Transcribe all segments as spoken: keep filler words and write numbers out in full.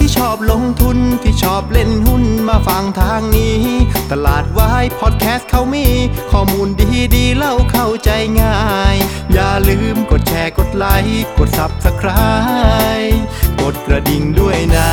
ที่ชอบลงทุนที่ชอบเล่นหุ้นมาฟังทางนี้ตลาดวายพอดแคสต์เขามีข้อมูลดีๆเล่าเข้าใจง่ายอย่าลืมกดแชร์กดไลค์กด ซับสไครบ์ กดกระดิ่งด้วยนะ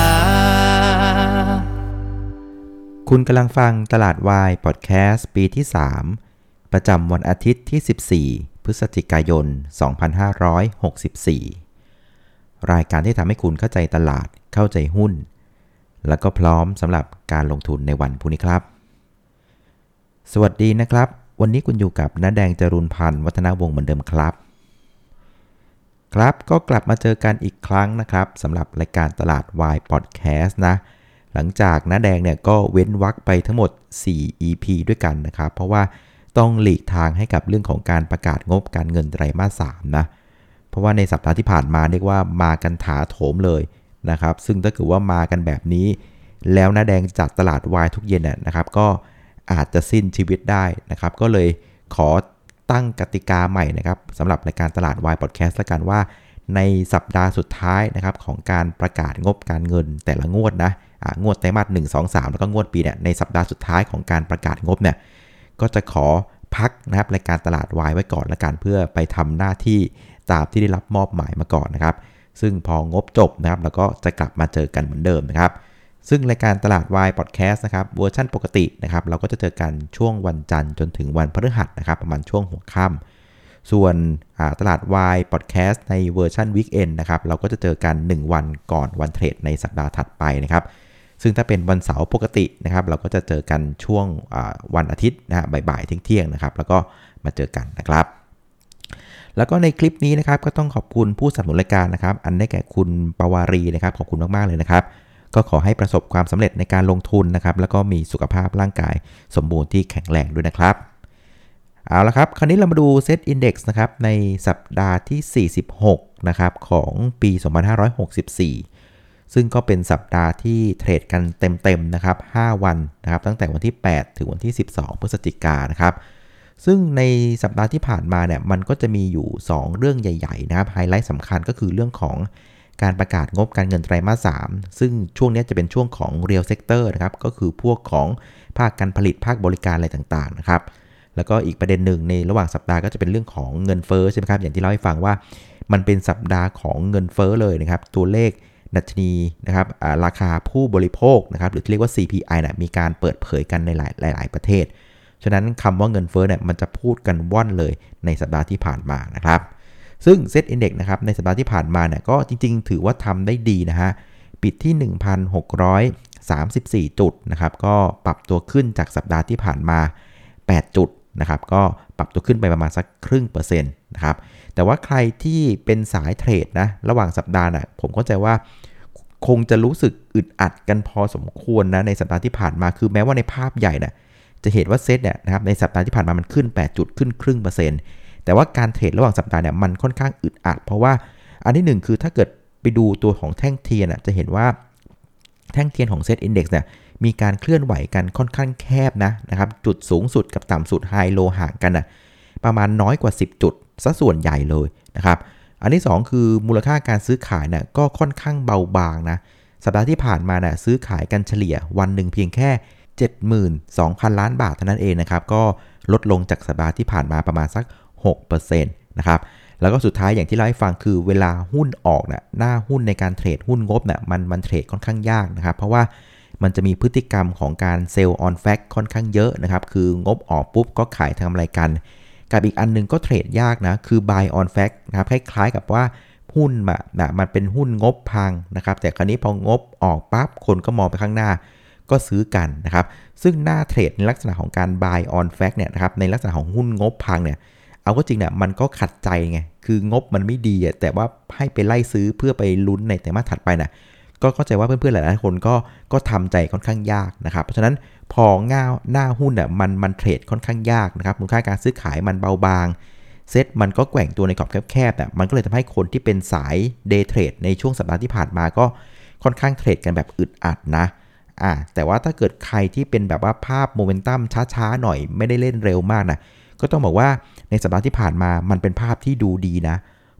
คุณกำลังฟังตลาดวายพอดแคสต์ปีที่สามประจำวันอาทิตย์ที่สิบสี่พฤศจิกายนสองพันห้าร้อยหกสิบสี่รายการที่ทำให้คุณเข้าใจตลาดเข้าใจหุ้นแล้วก็พร้อมสำหรับการลงทุนในวันพรุ่งนี้ครับสวัสดีนะครับวันนี้คุณอยู่กับน้าแดงจรุนพันธ์วัฒนวงศ์เหมือนเดิมครับครับก็กลับมาเจอกันอีกครั้งนะครับสำหรับรายการตลาดวายพอดแคสต์นะหลังจากน้าแดงเนี่ยก็เว้นวรรคไปทั้งหมดสี่ อี พี ด้วยกันนะครับเพราะว่าต้องหลีกทางให้กับเรื่องของการประกาศงบการเงินไตรมาสสามนะเพราะว่าในสัปดาห์ที่ผ่านมาเรียกว่ามากันถาโถมเลยนะครับซึ่งถ้าเกิดว่ามากันแบบนี้แล้วน้าแดงจัดตลาดวายทุกเย็นนะครับก็อาจจะสิ้นชีวิตได้นะครับก็เลยขอตั้งกติกาใหม่นะครับสำหรับรายการตลาดวายพอดแคสต์ละกันว่าในสัปดาห์สุดท้ายนะครับของการประกาศงบการเงินแต่ละงวดนะงวดไตรมาสหนึ่ง สอง สามแล้วก็งวดปีเนี่ยในสัปดาห์สุดท้ายของการประกาศงบเนี่ยก็จะขอพักนะครับรายการตลาดวายไว้ก่อนละกันเพื่อไปทำหน้าที่ตามที่ได้รับมอบหมายมาก่อนนะครับซึ่งพองบจบนะครับแล้วก็จะกลับมาเจอกันเหมือนเดิมนะครับซึ่งรายการตลาดวายพอดแคสต์นะครับเวอร์ชันปกตินะครับเราก็จะเจอกันช่วงวันจันทร์จนถึงวันพฤหัสนะครับประมาณช่วงหัวค่ำส่วนตลาดวายพอดแคสต์ในเวอร์ชันวีคเอนด์นะครับเราก็จะเจอกันหนึ่งวันก่อนวันเทรดในสัปดาห์ถัดไปนะครับซึ่งถ้าเป็นวันเสาร์ปกตินะครับเราก็จะเจอกันช่วงวันอาทิตย์นะฮะบ่ายๆเที่ยงๆนะครับแล้วก็มาเจอกันนะครับแล้วก็ในคลิปนี้นะครับก็ต้องขอบคุณผู้สนับสนุนรายการนะครับอันได้แก่คุณปวารีนะครับขอบคุณมากๆเลยนะครับก็ขอให้ประสบความสำเร็จในการลงทุนนะครับแล้วก็มีสุขภาพร่างกายสมบูรณ์ที่แข็งแรงด้วยนะครับเอาละครับคราวนี้เรามาดูเซตอินดี เอ็กซ์ นะครับในสัปดาห์ที่สี่สิบหกนะครับของปีสองพันห้าร้อยหกสิบสี่ซึ่งก็เป็นสัปดาห์ที่เทรดกันเต็มๆนะครับห้าวันนะครับตั้งแต่วันที่แปดถึงวันที่สิบสองพฤศจิกายนนะครับซึ่งในสัปดาห์ที่ผ่านมาเนี่ยมันก็จะมีอยู่สองเรื่องใหญ่ๆนะครับไฮไลท์สำคัญก็คือเรื่องของการประกาศงบการเงินไตรมาสสามซึ่งช่วงนี้จะเป็นช่วงของ Real Sector นะครับก็คือพวกของภาคการผลิตภาคบริการอะไรต่างๆนะครับแล้วก็อีกประเด็นหนึ่งในระหว่างสัปดาห์ก็จะเป็นเรื่องของเงินเฟ้อใช่ไหมครับอย่างที่เล่าให้ฟังว่ามันเป็นสัปดาห์ของเงินเฟ้อเลยนะครับตัวเลขดัชนีนะครับราคาผู้บริโภคนะครับหรือที่เรียกว่า ซี พี ไอ นะมีการเปิดเผยกันในหลายหลายประเทศฉะนั้นคำว่าเงินเฟ้อเนี่ยมันจะพูดกันว่อนเลยในสัปดาห์ที่ผ่านมานะครับซึ่ง Set Index นะครับในสัปดาห์ที่ผ่านมาเนี่ยก็จริงๆถือว่าทำได้ดีนะฮะปิดที่ หนึ่งพันหกร้อยสามสิบสี่ จุดนะครับก็ปรับตัวขึ้นจากสัปดาห์ที่ผ่านมาแปดจุดนะครับก็ปรับตัวขึ้นไปประมาณสักครึ่งเปอร์เซ็นต์นะครับแต่ว่าใครที่เป็นสายเทรดนะระหว่างสัปดาห์น่ะผมเข้าใจว่าคงจะรู้สึกอึดอัดกันพอสมควรนะในสัปดาห์ที่ผ่านมาคือแม้ว่าในภาพใหญ่นะจะเห็นว่าเซตเนี่ยนะครับในสัปดาห์ที่ผ่านมามันขึ้นแปดจุดขึ้นครึ่งเปอร์เซ็นต์แต่ว่าการเทรดระหว่างสัปดาห์เนี่ยมันค่อนข้างอึดอัดเพราะว่าอันที่หนึ่งคือถ้าเกิดไปดูตัวของแท่งเทียนจะเห็นว่าแท่งเทียนของเซตอินดี เอ็กซ์ เนี่ยมีการเคลื่อนไหวกันค่อนข้างแคบนะนะครับจุดสูงสุดกับต่ำสุดไฮโลห่างกันนะประมาณน้อยกว่าสิบจุดซะส่วนใหญ่เลยนะครับอันที่สองคือมูลค่าการซื้อขายเนี่ยก็ค่อนข้างเบาบางนะสัปดาห์ที่ผ่านมาน่ะซื้อขายกันเฉลี่ยวันหนึ่งเพียงแค่ เจ็ดหมื่นสองพัน ล้านบาทเท่านั้นเองนะครับก็ลดลงจากสัปดาห์ที่ผ่านมาประมาณสัก หกเปอร์เซ็นต์ นะครับแล้วก็สุดท้ายอย่างที่เล่าให้ฟังคือเวลาหุ้นออกน่ะหน้าหุ้นในการเทรดหุ้นงบน่ะมันมันเทรดค่อนข้างยากนะครับเพราะว่ามันจะมีพฤติกรรมของการเซลล์ออนแฟกค่อนข้างเยอะนะครับคืองบออกปุ๊บก็ขายทำอะไรกันกับอีกอันนึงก็เทรดยากนะคือ buy on fact นะครับคล้ายๆกับว่าหุ้นมานะมันเป็นหุ้นงบพังนะครับแต่คราวนี้พองบออกปั๊บคนก็มองไปข้างหน้าก็ซื้อกันนะครับซึ่งหน้าเทรดในลักษณะของการ buy on fact เนี่ยนะครับในลักษณะของหุ้นงบพังเนี่ยเอาก็จริงเนี่ยมันก็ขัดใจไงคืองบมันไม่ดีแต่ว่าให้ไปไล่ซื้อเพื่อไปลุ้นในไตรมาสถัดไปนะก็เข้าใจว่าเพื่อนๆหลายๆคนก็ก็ทำใจค่อนข้างยากนะครับเพราะฉะนั้นพอหน้าหน้าหุ้นเนี่ยมันมันเทรดค่อนข้างยากนะครับมูลค่าการซื้อขายมันเบาบางเซ็ตมันก็แกว่งตัวในกรอบแคบๆเนี่ยมันก็เลยทำให้คนที่เป็นสายเดย์เทรดในช่วงสัปดาห์ที่ผ่านมาก็ค่อนข้างเทรดกันแบบอึดอัดนะอ่าแต่ว่าถ้าเกิดใครที่เป็นแบบว่าภาพโมเมนตัมช้าๆหน่อยไม่ได้เล่นเร็วมากนะก็ต้องบอกว่าในสัปดาห์ที่ผ่านมามันเป็นภาพที่ดูดีนะเพ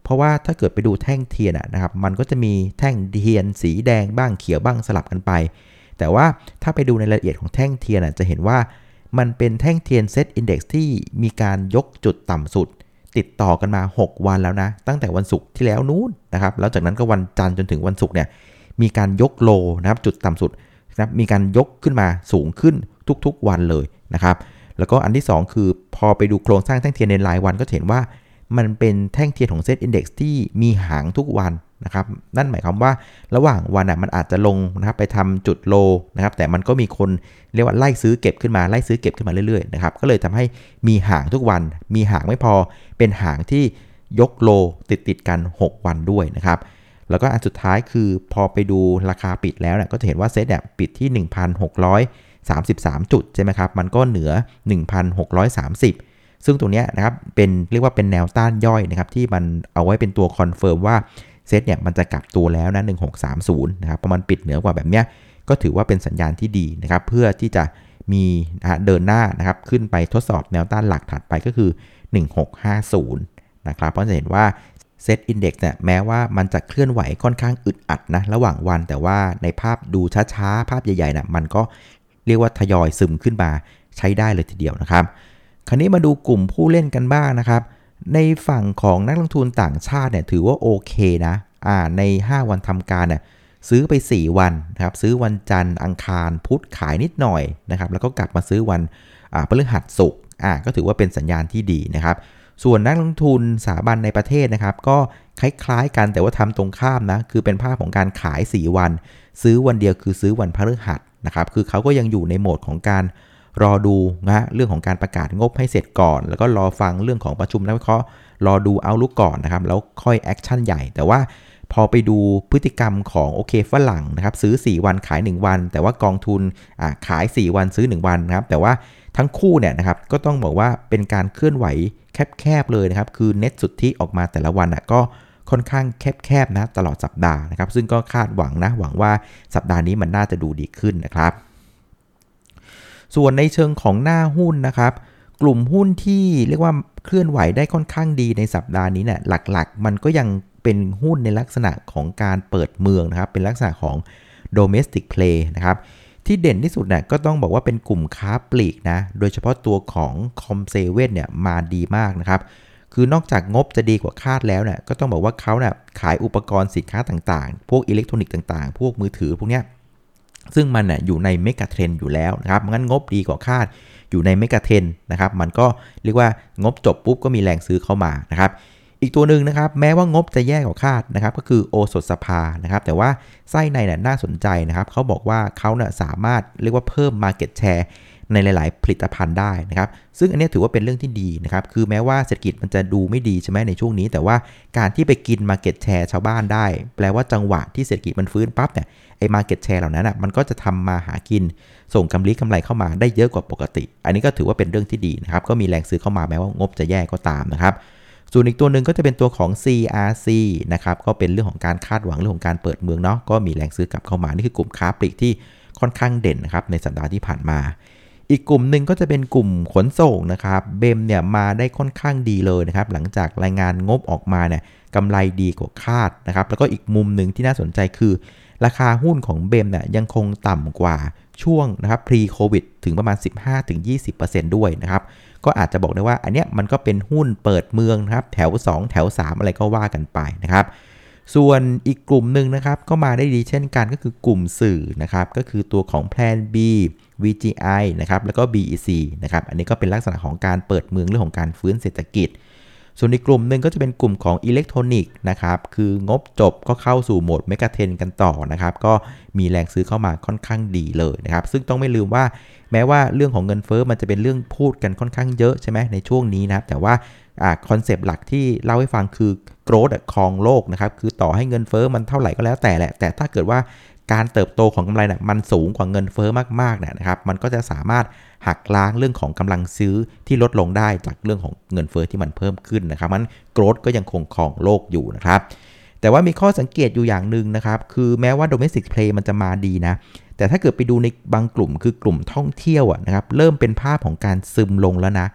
เพราะว่าถ้าเกิดไปดูแท่งเทียนนะครับมันก็จะมีแท่งเทียนสีแดงบ้างเขียวบ้างสลับกันไปแต่ว่าถ้าไปดูในรายละเอียดของแท่งเทียนจะเห็นว่ามันเป็นแท่งเทียนเซตอินเด็กซ์ที่มีการยกจุดต่ำสุดติดต่อกันมาหกวันแล้วนะตั้งแต่วันศุกร์ที่แล้วนู้นนะครับแล้วจากนั้นก็วันจันทร์จนถึงวันศุกร์เนี่ยมีการยกโลนะครับจุดต่ำสุดนะครับมีการยกขึ้นมาสูงขึ้นทุกๆวันเลยนะครับแล้วก็อันที่สองคือพอไปดูโครงสร้างแท่งเทียนในรายวันก็เห็นว่ามันเป็นแท่งเทียนของเซตอินเด็กซ์ที่มีหางทุกวันนะครับนั่นหมายความว่าระหว่างวันอ่ะมันอาจจะลงนะครับไปทำจุดโลนะครับแต่มันก็มีคนเรียกว่าไล่ซื้อเก็บขึ้นมาไล่ซื้อเก็บขึ้นมาเรื่อยๆนะครับก็เลยทำให้มีหางทุกวันมีหางไม่พอเป็นหางที่ยกโลติดติดกันหกวันด้วยนะครับแล้วก็อันสุดท้ายคือพอไปดูราคาปิดแล้วเนี่ยก็จะเห็นว่าเซตเนี่ยปิดที่ หนึ่งพันหกร้อยสามสิบสาม จุดใช่ไหมครับมันก็เหนือ หนึ่งพันหกร้อยสามสิบ ซึ่งตรงนี้นะครับเป็นเรียกว่าเป็นแนวต้านย่อยนะครับที่มันเอาไว้เป็นตัวคอนเฟิร์มว่าเซตเนี่ยมันจะกลับตัวแล้วนะหนึ่งพันหกร้อยสามสิบนะครับพอมันปิดเหนือกว่าแบบเนี้ยก็ถือว่าเป็นสัญญาณที่ดีนะครับเพื่อที่จะมีเดินหน้านะครับขึ้นไปทดสอบแนวต้านหลักถัดไปก็คือหนึ่งพันหกร้อยห้าสิบนะครับเพราะจะเห็นว่าเซตอินเด็กซ์เนี่ยแม้ว่ามันจะเคลื่อนไหวค่อนข้างอึดอัดนะระหว่างวันแต่ว่าในภาพดูช้าๆภาพใหญ่ๆนะมันก็เรียกว่าทยอยซึมขึ้นมาใช้ได้เลยทีเดียวนะครับคราวนี้มาดูกลุ่มผู้เล่นกันบ้างนะครับในฝั่งของนักลงทุนต่างชาติเนี่ยถือว่าโอเคนะอ่าในห้าวันทำการเนี่ยซื้อไปสี่วันนะครับซื้อวันจันทร์อังคารพุธขายนิดหน่อยนะครับแล้วก็กลับมาซื้อวันอ่าพฤหัสศุกร์อ่าก็ถือว่าเป็นสัญญาณที่ดีนะครับส่วนนักลงทุนสถาบันในประเทศนะครับก็คล้ายๆกันแต่ว่าทำตรงข้ามนะคือเป็นภาพของการขายสี่วันซื้อวันเดียวคือซื้อวันพฤหัสนะครับคือเขาก็ยังอยู่ในโหมดของการรอดูนะเรื่องของการประกาศงบให้เสร็จก่อนแล้วก็รอฟังเรื่องของประชุมนักวิเคราะห์รอดูเอาลุกก่อนนะครับแล้วค่อยแอคชั่นใหญ่แต่ว่าพอไปดูพฤติกรรมของโอเคฝรั่งนะครับซื้อสี่วันขายหนึ่งวันแต่ว่ากองทุนอ่าขายสี่วันซื้อหนึ่งวันนะครับแต่ว่าทั้งคู่เนี่ยนะครับก็ต้องบอกว่าเป็นการเคลื่อนไหวแคบๆเลยนะครับคือเน็ตสุทธิออกมาแต่ละวันอ่ะก็ค่อนข้างแคบๆนะตลอดสัปดาห์นะครับซึ่งก็คาดหวังนะหวังว่าสัปดาห์นี้มันน่าจะดูดีขึ้นนะครับส่วนในเชิงของหน้าหุ้นนะครับกลุ่มหุ้นที่เรียกว่าเคลื่อนไหวได้ค่อนข้างดีในสัปดาห์นี้เนี่ยหลักๆมันก็ยังเป็นหุ้นในลักษณะของการเปิดเมืองนะครับเป็นลักษณะของ domestic play นะครับที่เด่นที่สุดเนี่ยก็ต้องบอกว่าเป็นกลุ่มค้าปลีกนะโดยเฉพาะตัวของ คอมเซเว่น เนี่ยมาดีมากนะครับคือนอกจากงบจะดีกว่าคาดแล้วเนี่ยก็ต้องบอกว่าเขาเนี่ยขายอุปกรณ์สินค้าต่างๆพวกอิเล็กทรอนิกส์ต่างๆพวกมือถือพวกเนี้ยซึ่งมันน่ยอยู่ในเมกะเทรนด์อยู่แล้วนะครับงั้นงบดีกว่าคาดอยู่ในเมกะเทรนด์นะครับมันก็เรียกว่างบจบปุ๊บก็มีแรงซื้อเข้ามานะครับอีกตัวหนึ่งนะครับแม้ว่างบจะแย่กว่าคาดนะครับก็คือโอสถสภานะครับแต่ว่าไส้ในเนี่ยน่าสนใจนะครับเขาบอกว่าเขาเนี่ยสามารถเรียกว่าเพิ่ม market share ในหลายๆผลิตภัณฑ์ได้นะครับซึ่งอันนี้ถือว่าเป็นเรื่องที่ดีนะครับคือแม้ว่าเศรษฐกิจมันจะดูไม่ดีใช่ไหมในช่วงนี้แต่ว่าการที่ไปกิน market share ชาวบ้านได้แปลว่าจังหวะที่เศรษฐกิจมันฟื้นปั๊บเนี่ยไอ้ market share เหล่านั้นอ่ะมันก็จะทำมาหากินส่งกำไรกำไรเข้ามาได้เยอะกว่าปกติอันนี้ก็ถือว่าเป็นเรื่องที่ดีนะครับก็มีแรงซื้อเข้ามาแม้ว่างบจะแย่ก็ตามนะครับส่วนอีกตัวหนึ่งก็จะเป็นตัวของ ซี อาร์ ซี นะครับก็เป็นเรื่องของการคาดหวังเรื่องของการเปิดเมืองเนาะก็มีแรงซื้อกลับเข้ามานี่คือกลุ่มค้าปลีกที่ค่อนข้างเด่นนะครับในสัปดาห์ที่ผ่านมาอีกกลุ่มหนึ่งก็จะเป็นกลุ่มขนส่งนะครับเบมเนี่ยมาได้ค่อนข้างดีเลยนะครับหลังจากรายงานงบออกมาเนี่ยกำไรดีกว่าคาดนะครับแล้วก็อีกมุมหนึ่งที่น่าสนใจคือราคาหุ้นของเบมเนี่ยยังคงต่ำกว่าช่วงนะครับ pre covid ถึงประมาณ สิบห้าถึงยี่สิบเปอร์เซ็นต์ ด้วยนะครับก็อาจจะบอกได้ว่าอันเนี้ยมันก็เป็นหุ้นเปิดเมืองนะครับแถวสองแถวสามอะไรก็ว่ากันไปนะครับส่วนอีกกลุ่มหนึ่งนะครับก็มาได้ดีเช่นกันก็คือกลุ่มสื่อนะครับก็คือตัวของ Plan B วี จี ไอ นะครับแล้วก็ บี อี ซี นะครับอันนี้ก็เป็นลักษณะของการเปิดเมืองเรื่องของการฟื้นเศรษฐกิจส่วนอีกกลุ่มหนึ่งก็จะเป็นกลุ่มของอิเล็กทรอนิกส์นะครับคืองบจบก็เข้าสู่โหมดเมกะเทรนด์กันต่อนะครับก็มีแรงซื้อเข้ามาค่อนข้างดีเลยนะครับซึ่งต้องไม่ลืมว่าแม้ว่าเรื่องของเงินเฟ้อมันจะเป็นเรื่องพูดกันค่อนข้างเยอะใช่ไหมในช่วงนี้นะครับแต่ว่าอ่าคอนเซปต์หลักที่เล่าให้ฟังคือ growth ครองโลกนะครับคือต่อให้เงินเฟ้อมันเท่าไหร่ก็แล้วแต่แหละแต่ถ้าเกิดว่าการเติบโตของกำไรเนี่ยมันสูงกว่าเงินเฟ้อมากๆเนี่ยนะครับมันก็จะสามารถหักล้างเรื่องของกำลังซื้อที่ลดลงได้จากเรื่องของเงินเฟ้อที่มันเพิ่มขึ้นนะครับมัน growth ก็ยังคงครองโลกอยู่นะครับแต่ว่ามีข้อสังเกตอยู่อย่างหนึ่งนะครับคือแม้ว่า domestic play มันจะมาดีนะแต่ถ้าเกิดไปดูในบางกลุ่มคือกลุ่มท่องเที่ยวอ่ะนะครับเริ่มเป็นภาพของการซึมลงแล้วนะ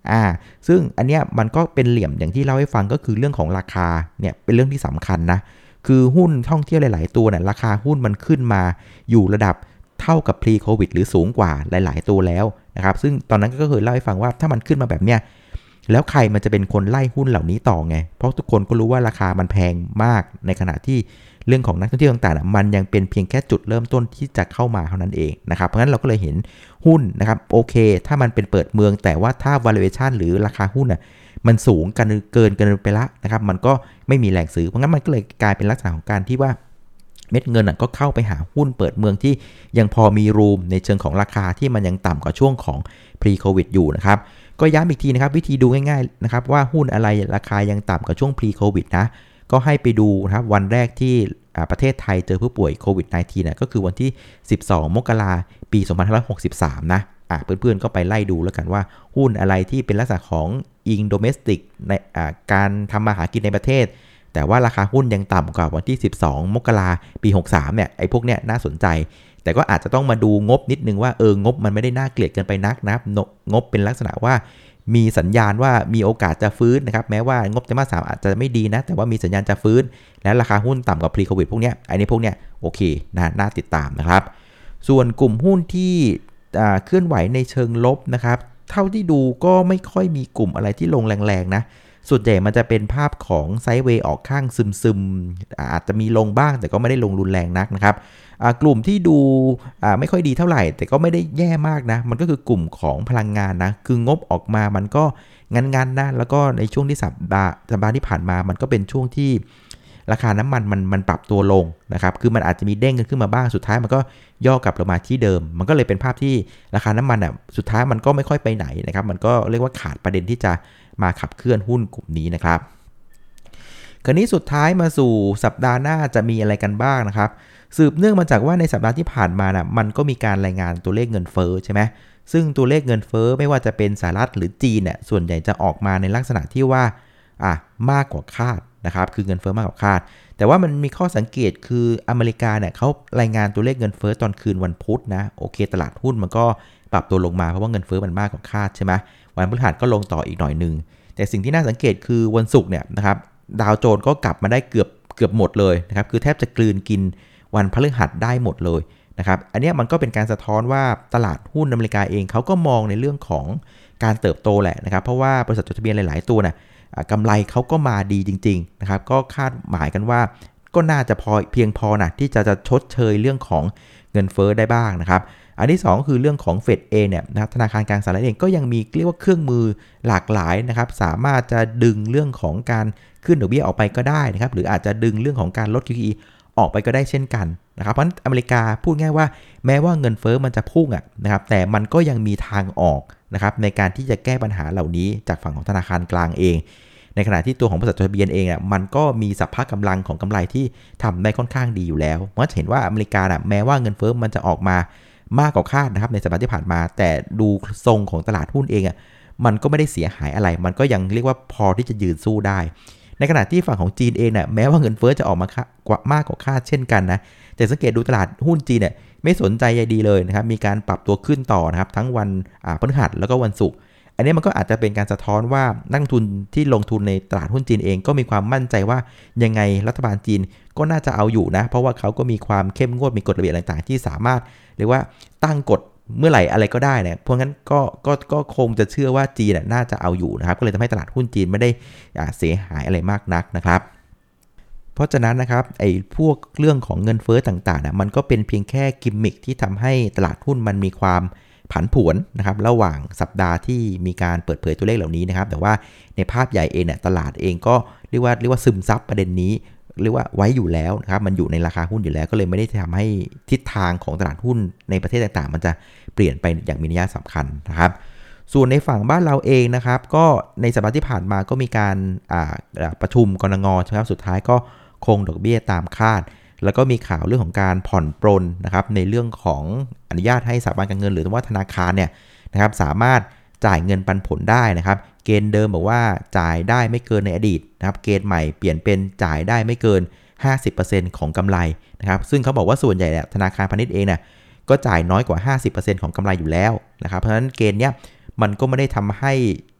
อ่าซึ่งอันเนี้ยมันก็เป็นเหลี่ยมอย่างที่เล่าให้ฟังก็คือเรื่องของราคาเนี่ยเป็นเรื่องที่สำคัญนะคือหุ้นท่องเที่ยวหลายๆตัวเนี่ยราคาหุ้นมันขึ้นมาอยู่ระดับเท่ากับ pre covid หรือสูงกว่าหลายๆตัวแล้วนะครับซึ่งตอนนั้นก็เคยเล่าให้ฟังว่าถ้ามันขึ้นมาแบบเนี้ยแล้วใครมันจะเป็นคนไล่หุ้นเหล่านี้ต่อไงเพราะทุกคนก็รู้ว่าราคามันแพงมากในขณะที่เรื่องของนักท่องเที่ยวต่างๆมันยังเป็นเพียงแค่จุดเริ่มต้นที่จะเข้ามาเท่านั้นเองนะครับเพราะฉะนั้นเราก็เลยเห็นหุ้นนะครับโอเคถ้ามันเป็นเปิดเมืองแต่ว่าถ้า valuation หรือราคาหุ้นน่ะมันสูงกันเกินกันไปละนะครับมันก็ไม่มีแรงซื้อเพราะงั้นมันก็เลยกลายเป็นลักษณะของการที่ว่าเม็ดเงินก็เข้าไปหาหุ้นเปิดเมืองที่ยังพอมีรูมในเชิงของราคาที่มันยังต่ำกว่าช่วงของ pre covid อยู่นะครับก็ย้ำอีกทีนะครับวิธีดูง่ายๆนะครับว่าหุ้นอะไรราคายังต่ำกว่าช่วง pre covid นะก็ให้ไปดูนะครับวันแรกที่ประเทศไทยเจอผู้ป่วยโควิด สิบเก้า เนี่ยก็คือวันที่สิบสองมกราคมปีสองพันห้าร้อยหกสิบสามนะอ่ะเพื่อนๆก็ไปไล่ดูแล้วกันว่าหุ้นอะไรที่เป็นลักษณะของอิงโดเมสติกในอ่าการทำมาหากินในประเทศแต่ว่าราคาหุ้นยังต่ำกว่าวันที่สิบสองมกราคมปีหกสิบสามเนี่ยไอ้พวกเนี้ยน่าสนใจแต่ก็อาจจะต้องมาดูงบนิดนึงว่าเอองบมันไม่ได้น่าเกลียดเกินไปนักนะงบเป็นลักษณะว่ามีสัญญาณว่ามีโอกาสจะฟื้นนะครับแม้ว่างบไตรมาสสามอาจจะไม่ดีนะแต่ว่ามีสัญญาณจะฟื้นและราคาหุ้นต่ำกว่า pre covid พวกเนี้ยไอ้นี่พวกเนี้ยโอเคนะน่าติดตามนะครับส่วนกลุ่มหุ้นที่เคลื่อนไหวในเชิงลบนะครับเท่าที่ดูก็ไม่ค่อยมีกลุ่มอะไรที่ลงแรงๆนะส่วนใหญ่มันจะเป็นภาพของไซด์เวย์ออกข้างซึมๆอาจจะมีลงบ้างแต่ก็ไม่ได้ลงรุนแรงนักนะครับกลุ่มที่ดูไม่ค่อยดีเท่าไหร่แต่ก็ไม่ได้แย่มากนะมันก็คือกลุ่มของพลังงานนะคืองบออกมามันก็งันๆนะแล้วก็ในช่วงที่สัปดาห์สัปดาห์ที่ผ่านมามันก็เป็นช่วงที่ราคาน้ำมันมันมันปรับตัวลงนะครับคือมันอาจจะมีเด้งขึ้นมาบ้างสุดท้ายมันก็ย่อกลับลงมาที่เดิมมันก็เลยเป็นภาพที่ราคาน้ำมันอ่ะสุดท้ายมันก็ไม่ค่อยไปไหนนะครับมันก็เรียกว่าขาดประเด็นที่จะมาขับเคลื่อนหุ้นกลุ่มนี้นะครับคราวนี้สุดท้ายมาสู่สัปดาห์หน้าจะมีอะไรกันบ้างนะครับสืบเนื่องมาจากว่าในสัปดาห์ที่ผ่านมานะมันก็มีการรายงานตัวเลขเงินเฟ้อใช่ไหมซึ่งตัวเลขเงินเฟ้อไม่ว่าจะเป็นสหรัฐหรือจีนเนี่ยส่วนใหญ่จะออกมาในลักษณะที่ว่าอ่ะมากกว่าคาดนะครับคือเงินเฟ้อมากกว่าคาดแต่ว่ามันมีข้อสังเกตคืออเมริกาเนี่ยเขารายงานตัวเลขเงินเฟ้อตอนคืนวันพุธนะโอเคตลาดหุ้นมันก็ปรับตัวลงมาเพราะว่าเงินเฟ้อมันมากกว่าคาดใช่ไหมวันพฤหัสก็ลงต่ออีกหน่อยนึงแต่สิ่งที่น่าสังเกตคือวันศุกร์เนี่ยนะครับดาวโจนส์ก็กลับมาได้เกือบเกือบหมดเลยนะครับคือแทบจะกลืนกินวันพฤหัสได้หมดเลยนะครับอันนี้มันก็เป็นการสะท้อนว่าตลาดหุ้นอเมริกาเองเขาก็มองในเรื่องของการเติบโตแหละนะครับเพราะว่าบริษัทจดทะเบียนหลายๆตัวน่ะกำไรเขาก็มาดีจริงๆนะครับก็คาดหมายกันว่าก็น่าจะพอเพียงพอนะที่จะจะชดเชยเรื่องของเงินเฟ้อได้บ้างนะครับอันที่สองคือเรื่องของเฟดเองเนี่ยนะครับธนาคารกลางสหรัฐเองก็ยังมีเรียกว่าเครื่องมือหลากหลายนะครับสามารถจะดึงเรื่องของการขึ้นดอกเบี้ยออกไปก็ได้นะครับหรืออาจจะดึงเรื่องของการลด คิว อี ออกไปก็ได้เช่นกันนะครับเพราะฉะนั้นอเมริกาพูดง่ายว่าแม้ว่าเงินเฟ้อมันจะพุ่งอ่ะนะครับแต่มันก็ยังมีทางออกนะครับในการที่จะแก้ปัญหาเหล่านี้จากฝั่งของธนาคารกลางเองในขณะที่ตัวของบริษัทจดทะเบียนเองอ่ะมันก็มีสัพพะกำลังของกำไรที่ทำได้ค่อนข้างดีอยู่แล้วเพราะจะเห็นว่าอเมริกาอ่ะแม้ว่าเงินเฟ้อมันจะออกมามากกว่าคาดนะครับในสัปดาห์ที่ผ่านมาแต่ดูทรงของตลาดหุ้นเองอ่ะมันก็ไม่ได้เสียหายอะไรมันก็ยังเรียกว่าพอที่จะยืนสู้ได้ในขณะที่ฝั่งของจีนเองเนี่ยแม้ว่าเงินเฟ้อจะออกมากว่ามากกว่าคาดเช่นกันนะแต่สังเกตดูตลาดหุ้นจีนเนี่ยไม่สนใจใยดีเลยนะครับมีการปรับตัวขึ้นต่อนะครับทั้งวันพฤหัสแล้วก็วันศุกร์อันนี้มันก็อาจจะเป็นการสะท้อนว่านักลงทุนที่ลงทุนในตลาดหุ้นจีนเองก็มีความมั่นใจว่ายังไงรัฐบาลจีนก็น่าจะเอาอยู่นะเพราะว่าเขาก็มีความเข้มงวดมีกฎระเบียบต่างๆที่สามารถเรียกว่าตั้งกฎเมื่อไหร่อะไรก็ได้เนี่ยเพราะงั้นก็ก็ก็คงจะเชื่อว่าจีนน่าจะเอาอยู่นะครับก็เลยทำให้ตลาดหุ้นจีนไม่ได้เสียหายอะไรมากนักนะครับเพราะฉะนั้นนะครับไอ้พวกเรื่องของเงินเฟ้อต่างๆนะมันก็เป็นเพียงแค่กิมมิคที่ทำให้ตลาดหุ้นมันมีความผันผวนนะครับระหว่างสัปดาห์ที่มีการเปิดเผยตัวเลขเหล่านี้นะครับแต่ว่าในภาพใหญ่เองเนี่ยตลาดเองก็เรียกว่าเรียกว่าซึมซับประเด็นนี้เรียกว่าไว้อยู่แล้วนะครับมันอยู่ในราคาหุ้นอยู่แล้วก็เลยไม่ได้ทำให้ทิศทางของตลาดหุ้นในประเทศต่างๆมันจะเปลี่ยนไปอย่างมีนัยสำคัญนะครับส่วนในฝั่งบ้านเราเองนะครับก็ในสัปดาห์ที่ผ่านมาก็มีการประชุมกนง.ใช่ไหมครับสุดท้ายก็คงดอกเบี้ยตามคาดแล้วก็มีข่าวเรื่องของการผ่อนปรนนะครับในเรื่องของอนุญาตให้สถาบันการเงินหรือว่าธนาคารเนี่ยนะครับสามารถจ่ายเงินปันผลได้นะครับเกณฑ์เดิมบอกว่าจ่ายได้ไม่เกินในอดีตนะครับเกณฑ์ใหม่เปลี่ยนเป็นจ่ายได้ไม่เกิน ห้าสิบเปอร์เซ็นต์ ของกำไรนะครับซึ่งเขาบอกว่าส่วนใหญ่ธนาคารพาณิชย์เองเนี่ยก็จ่ายน้อยกว่า ห้าสิบเปอร์เซ็นต์ ของกำไรอยู่แล้วนะครับเพราะฉะนั้นเกณฑ์เนี้ยมันก็ไม่ได้ทำให้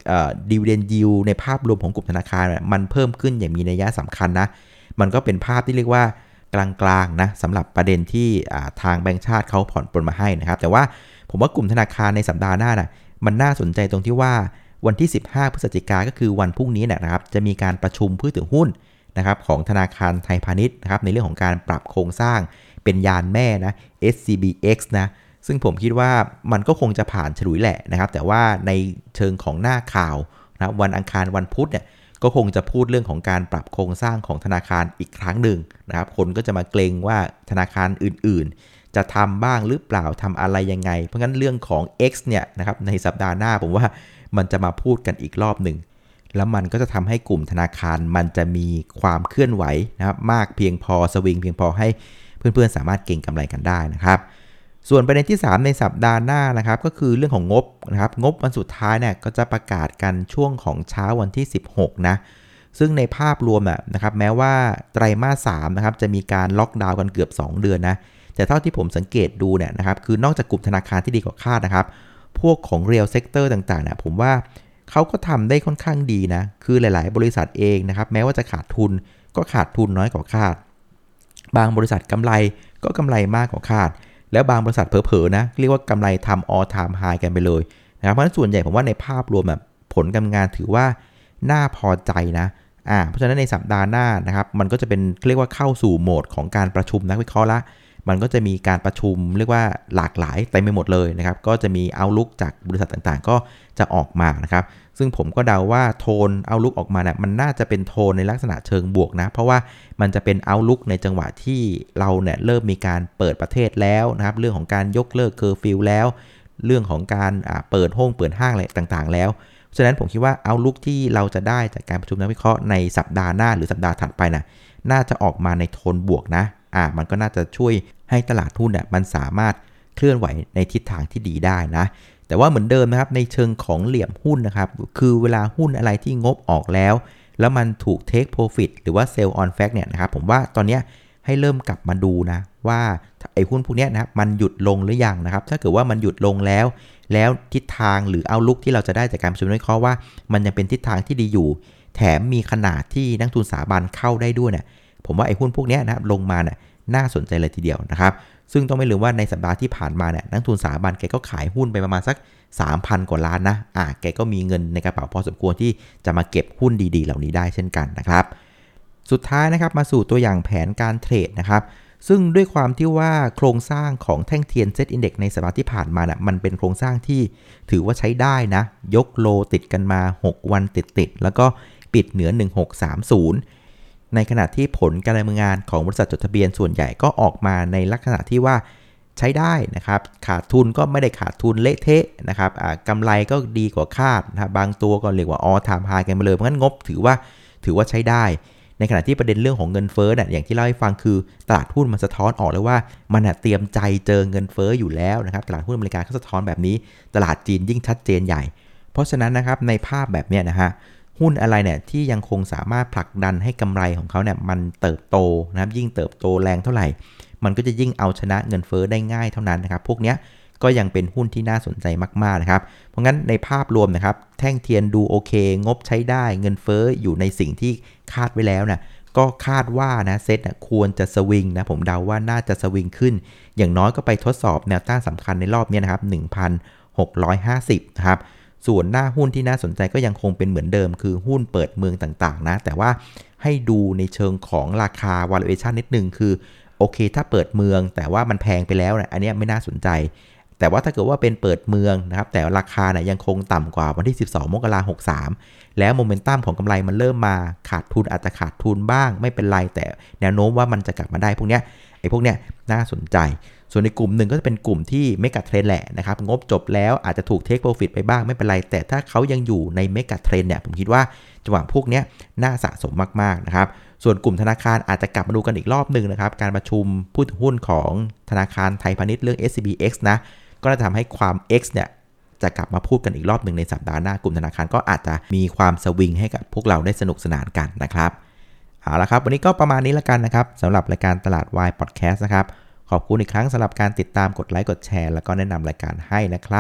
dividend yield ในภาพรวมของกลุ่มธนาคารมันเพิ่มขึ้นอย่างมีนัยสำคัญนะมันก็เป็นภาพที่เรียกว่ากลางๆนะสำหรับประเด็นที่ทางแบงก์ชาติเขาผ่อนปลนมาให้นะครับแต่ว่าผมว่ากลุ่มธนาคารในสัปดาห์หน้านะมันน่าสนใจตรงที่ว่าวันที่สิบห้าพฤศจิกายนก็คือวันพรุ่งนี้นะครับจะมีการประชุมผู้ถือหุ้นนะครับของธนาคารไทยพาณิชย์นะครับในเรื่องของการปรับโครงสร้างเป็นยานแม่นะ เอส ซี บี เอ็กซ์ นะซึ่งผมคิดว่ามันก็คงจะผ่านฉลุยแหละนะครับแต่ว่าในเชิงของหน้าข่าวนะวันอังคารวันพุธเนี่ยก็คงจะพูดเรื่องของการปรับโครงสร้างของธนาคารอีกครั้งหนึ่งนะครับคนก็จะมาเกรงว่าธนาคารอื่นๆจะทำบ้างหรือเปล่าทำอะไรยังไงเพราะงั้นเรื่องของ X เนี่ยนะครับในสัปดาห์หน้าผมว่ามันจะมาพูดกันอีกรอบหนึ่งแล้วมันก็จะทำให้กลุ่มธนาคารมันจะมีความเคลื่อนไหวนะครับมากเพียงพอสวิงเพียงพอให้เพื่อนๆสามารถเก็งกำไรกันได้นะครับส่วนประเด็นที่สามในสัปดาห์หน้านะครับก็คือเรื่องของงบนะครับงบวันสุดท้ายเนี่ยก็จะประกาศกันช่วงของเช้าวันที่สิบหกนะซึ่งในภาพรวมนะครับแม้ว่าไตรมาสสามนะครับจะมีการล็อกดาวน์กันเกือบสองเดือนนะแต่เท่าที่ผมสังเกตดูเนี่ยนะครับคือนอกจากกลุ่มธนาคารที่ดีกว่าคาดนะครับพวกของ Real Sector ต่างๆเนี่ยผมว่าเขาก็ทำได้ค่อนข้างดีนะคือหลายๆบริษัทเองนะครับแม้ว่าจะขาดทุนก็ขาดทุนน้อยกว่าคาดบางบริษัทกำไรก็กำไรมากกว่าคาดแล้วบางบริษัทเผลอๆนะเรียกว่ากำไรทำ all time high กันไปเลยนะครับเพราะฉะนั้นส่วนใหญ่ผมว่าในภาพรวมแบบผลการงานถือว่าน่าพอใจนะอ่าเพราะฉะนั้นในสัปดาห์หน้านะครับมันก็จะเป็นเรียกว่าเข้าสู่โหมดของการประชุมนักวิเคราะห์ละมันก็จะมีการประชุมเรียกว่าหลากหลายเต็มไปหมดเลยนะครับก็จะมีเอาท์ลุคจากบริษัทต่างๆก็จะออกมานะครับซึ่งผมก็เดาว่าโทนเอาท์ลุคออกมาเนี่ยมันน่าจะเป็นโทนในลักษณะเชิงบวกนะเพราะว่ามันจะเป็นเอาท์ลุคในจังหวะที่เราเนี่ยเริ่มมีการเปิดประเทศแล้วนะครับเรื่องของการยกเลิกเคอร์ฟิวแล้วเรื่องของการเปิดห้องเปิดห้างอะไรต่างๆแล้วฉะนั้นผมคิดว่าเอาท์ลุคที่เราจะได้จากการประชุมนักวิเคราะห์ในสัปดาห์หน้าหรือสัปดาห์ถัดไปนะน่าจะออกมาในโทนบวกนะอ่ามันก็น่าจะช่วยให้ตลาดหุ้นเนี่ยมันสามารถเคลื่อนไหวในทิศทางที่ดีได้นะแต่ว่าเหมือนเดิมนะครับในเชิงของเหลี่ยมหุ้นนะครับคือเวลาหุ้นอะไรที่งบออกแล้วแล้วมันถูก take profit หรือว่า sell on fact เนี่ยนะครับผมว่าตอนนี้ให้เริ่มกลับมาดูนะว่าไอ้หุ้นพวกนี้นะครับมันหยุดลงหรือยังนะครับถ้าเกิดว่ามันหยุดลงแล้วแล้วทิศทางหรือเอาลุกที่เราจะได้จากการประชุมนักวิเคราะห์ว่ามันยังเป็นทิศทางที่ดีอยู่แถมมีขนาดที่นักทุนสถาบันเข้าได้ด้วยเนี่ยผมว่าไอ้หุ้นพวกนี้นะครับลงมาเนี่ยน่าสนใจเลยทีเดียวนะครับซึ่งต้องไม่ลืมว่าในสัปดาห์ที่ผ่านมาเนี่ยนักทุนสถาบันแกก็ขายหุ้นไปประมาณสัก สามพัน กว่าล้านนะอ่ะแกก็มีเงินในกระเป๋าพอสมควรที่จะมาเก็บหุ้นดีๆเหล่านี้ได้เช่นกันนะครับสุดท้ายนะครับมาสู่ตัวอย่างแผนการเทรดนะครับซึ่งด้วยความที่ว่าโครงสร้างของแท่งเทียน Set Index ในสัปดาห์ที่ผ่านมานะ่ะมันเป็นโครงสร้างที่ถือว่าใช้ได้นะยกโลติดกันมาหกวันติดๆแล้วก็ปิดเหนือหนึ่งพันหกร้อยสามสิบในขณะที่ผลการดำเนินงานของบริษัทจดทะเบียนส่วนใหญ่ก็ออกมาในลักษณะที่ว่าใช้ได้นะครับขาดทุนก็ไม่ได้ขาดทุนเละเทะนะครับกำไรก็ดีกว่าคาดนะครับบางตัวก็เรียกว่า all time high กันไปเลยเพราะงั้นงบถือว่าถือว่าใช้ได้ในขณะที่ประเด็นเรื่องของเงินเฟ้อเนี่ยอย่างที่เล่าให้ฟังคือตลาดหุ้นมันสะท้อนออกเลยว่ามันเตรียมใจเจอเงินเฟ้ออยู่แล้วนะครับตลาดหุ้นอเมริกาก็สะท้อนแบบนี้ตลาดจีนยิ่งชัดเจนใหญ่เพราะฉะนั้นนะครับในภาพแบบนี้นะฮะหุ้นอะไรเนี่ยที่ยังคงสามารถผลักดันให้กำไรของเขาเนี่ยมันเติบโตนะครับยิ่งเติบโตแรงเท่าไหร่มันก็จะยิ่งเอาชนะเงินเฟ้อได้ง่ายเท่านั้นนะครับพวกนี้ก็ยังเป็นหุ้นที่น่าสนใจมากๆนะครับเพราะงั้นในภาพรวมนะครับแท่งเทียนดูโอเคงบใช้ได้เงินเฟ้ออยู่ในสิ่งที่คาดไว้แล้วนะก็คาดว่านะเซ็ตควรจะสวิงนะผมเดาว่าน่าจะสวิงขึ้นอย่างน้อยก็ไปทดสอบแนวต้านสำคัญในรอบนี้นะครับ หนึ่งพันหกร้อยห้าสิบ นะครับส่วนหน้าหุ้นที่น่าสนใจก็ยังคงเป็นเหมือนเดิมคือหุ้นเปิดเมืองต่างๆนะแต่ว่าให้ดูในเชิงของราคา valuation นิดนึงคือโอเคถ้าเปิดเมืองแต่ว่ามันแพงไปแล้วนะอันนี้ไม่น่าสนใจแต่ว่าถ้าเกิดว่าเป็นเปิดเมืองนะครับแต่ราคาเนี่ยยังคงต่ำกว่าวันที่สิบสองมกราคมหกสิบสามแล้วโมเมนตัมของกำไรมันเริ่มมาขาดทุนอาจจะขาดทุนบ้างไม่เป็นไรแต่แนวโน้มว่ามันจะกลับมาได้พวกเนี้ยไอ้พวกเนี้ยน่าสนใจส่วนในกลุ่มหนึ่งก็จะเป็นกลุ่มที่เมกะเทรนแหละนะครับงบจบแล้วอาจจะถูกเทคโปรฟิตไปบ้างไม่เป็นไรแต่ถ้าเขายังอยู่ในเมกะเทรนเนี่ยผมคิดว่าจังหวะพวกเนี้ยน่าสะสมมากๆนะครับส่วนกลุ่มธนาคารอาจจะกลับมาดูกันอีกรอบนึงนะครับการประชุมผู้ถือหุ้นของธนาคารไทยพาณิชย์เรื่อง เอส ซี บี เอ็กซ์ นะก็จะทำให้ความ X เนี่ยจะกลับมาพูดกันอีกรอบหนึ่งในสัปดาห์หน้ากลุ่มธนาคารก็อาจจะมีความสวิงให้กับพวกเราได้สนุกสนานกันนะครับเอาละครับวันนี้ก็ประมาณนี้ละกันนะครับสำหรับรายการตลาดวายพอดแคสต์นะครับขอบคุณอีกครั้งสำหรับการติดตามกดไลค์กดแชร์แล้วก็แนะนำรายการให้นะครับ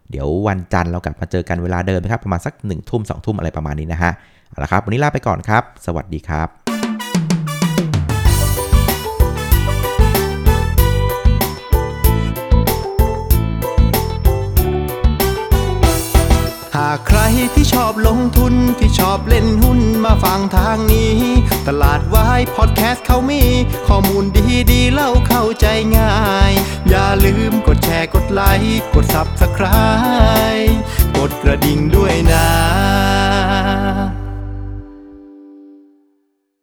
เดี๋ยววันจันทร์เรากลับมาเจอกันเวลาเดิมนะครับประมาณสักหนึ่งทุ่มสองทุ่มอะไรประมาณนี้นะฮะเอาละครับวันนี้ลาไปก่อนครับสวัสดีครับหากใครที่ชอบลงทุนที่ชอบเล่นหุ้นมาฟังทางนี้ตลาดวายพอดแคสต์เขามีข้อมูลดีๆเล่าเข้าใจง่ายอย่าลืมกดแชร์กดไลค์กด ซับสไครบ์ กดกระดิ่งด้วยนะ